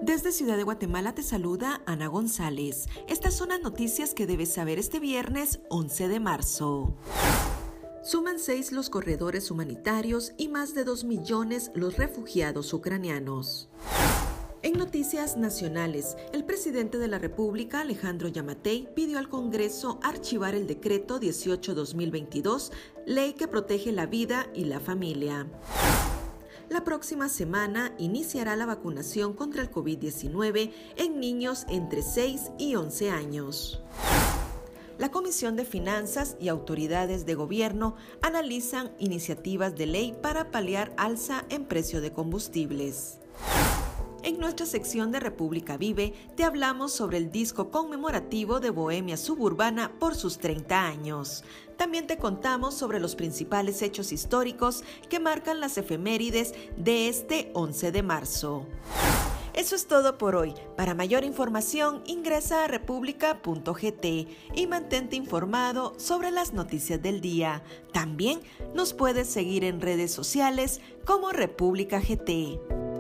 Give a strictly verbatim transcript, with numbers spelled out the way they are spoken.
Desde Ciudad de Guatemala te saluda Ana González. Estas son las noticias que debes saber este viernes once de marzo. Suman seis los corredores humanitarios y más de dos millones los refugiados ucranianos. En noticias nacionales, el presidente de la República, Alejandro Yamatei, pidió al Congreso archivar el decreto dieciocho guión dos mil veintidós, ley que protege la vida y la familia. La próxima semana iniciará la vacunación contra el COVID diecinueve en niños entre seis y once años. La Comisión de Finanzas y autoridades de gobierno analizan iniciativas de ley para paliar alza en precio de combustibles. En nuestra sección de República Vive te hablamos sobre el disco conmemorativo de Bohemia Suburbana por sus treinta años. También te contamos sobre los principales hechos históricos que marcan las efemérides de este once de marzo. Eso es todo por hoy. Para mayor información ingresa a república punto gt y mantente informado sobre las noticias del día. También nos puedes seguir en redes sociales como República G T.